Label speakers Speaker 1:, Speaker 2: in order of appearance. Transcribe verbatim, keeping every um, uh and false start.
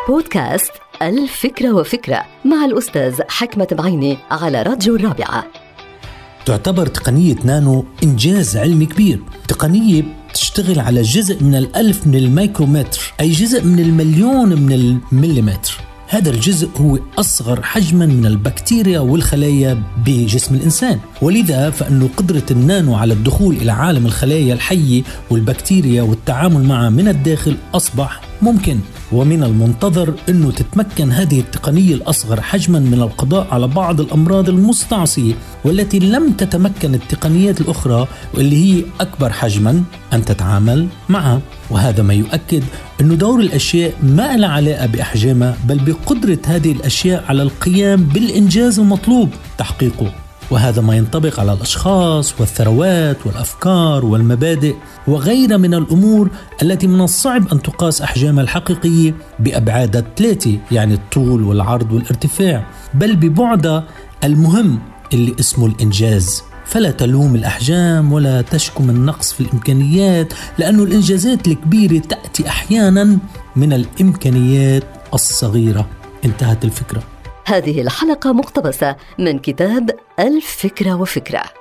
Speaker 1: بودكاست الفكرة وفكرة مع الأستاذ حكمة بعيني على راديو الرابعة.
Speaker 2: تعتبر تقنية نانو إنجاز علمي كبير. تقنية تشتغل على جزء من الألف من الميكرومتر، أي جزء من المليون من المليمتر. هذا الجزء هو أصغر حجما من البكتيريا والخلايا بجسم الإنسان، ولذا فإنه قدرة النانو على الدخول إلى عالم الخلايا الحية والبكتيريا والتعامل معها من الداخل أصبح ممكن. ومن المنتظر أنه تتمكن هذه التقنية الأصغر حجما من القضاء على بعض الأمراض المستعصية والتي لم تتمكن التقنيات الأخرى واللي هي أكبر حجما أن تتعامل معها. وهذا ما يؤكد أنه دور الأشياء ما له علاقة بأحجامها، بل بقدرة هذه الأشياء على القيام بالإنجاز المطلوب تحقيقه. وهذا ما ينطبق على الأشخاص والثروات والأفكار والمبادئ وغيرها من الأمور التي من الصعب أن تقاس أحجامها الحقيقية بأبعاد الثلاثة، يعني الطول والعرض والارتفاع، بل ببعدها المهم اللي اسمه الإنجاز. فلا تلوم الأحجام ولا تشكو من نقص في الإمكانيات، لأن الإنجازات الكبيرة تأتي أحيانا من الإمكانيات الصغيرة. انتهت الفكرة.
Speaker 1: هذه الحلقة مقتبسة من كتاب الفكرة وفكرة.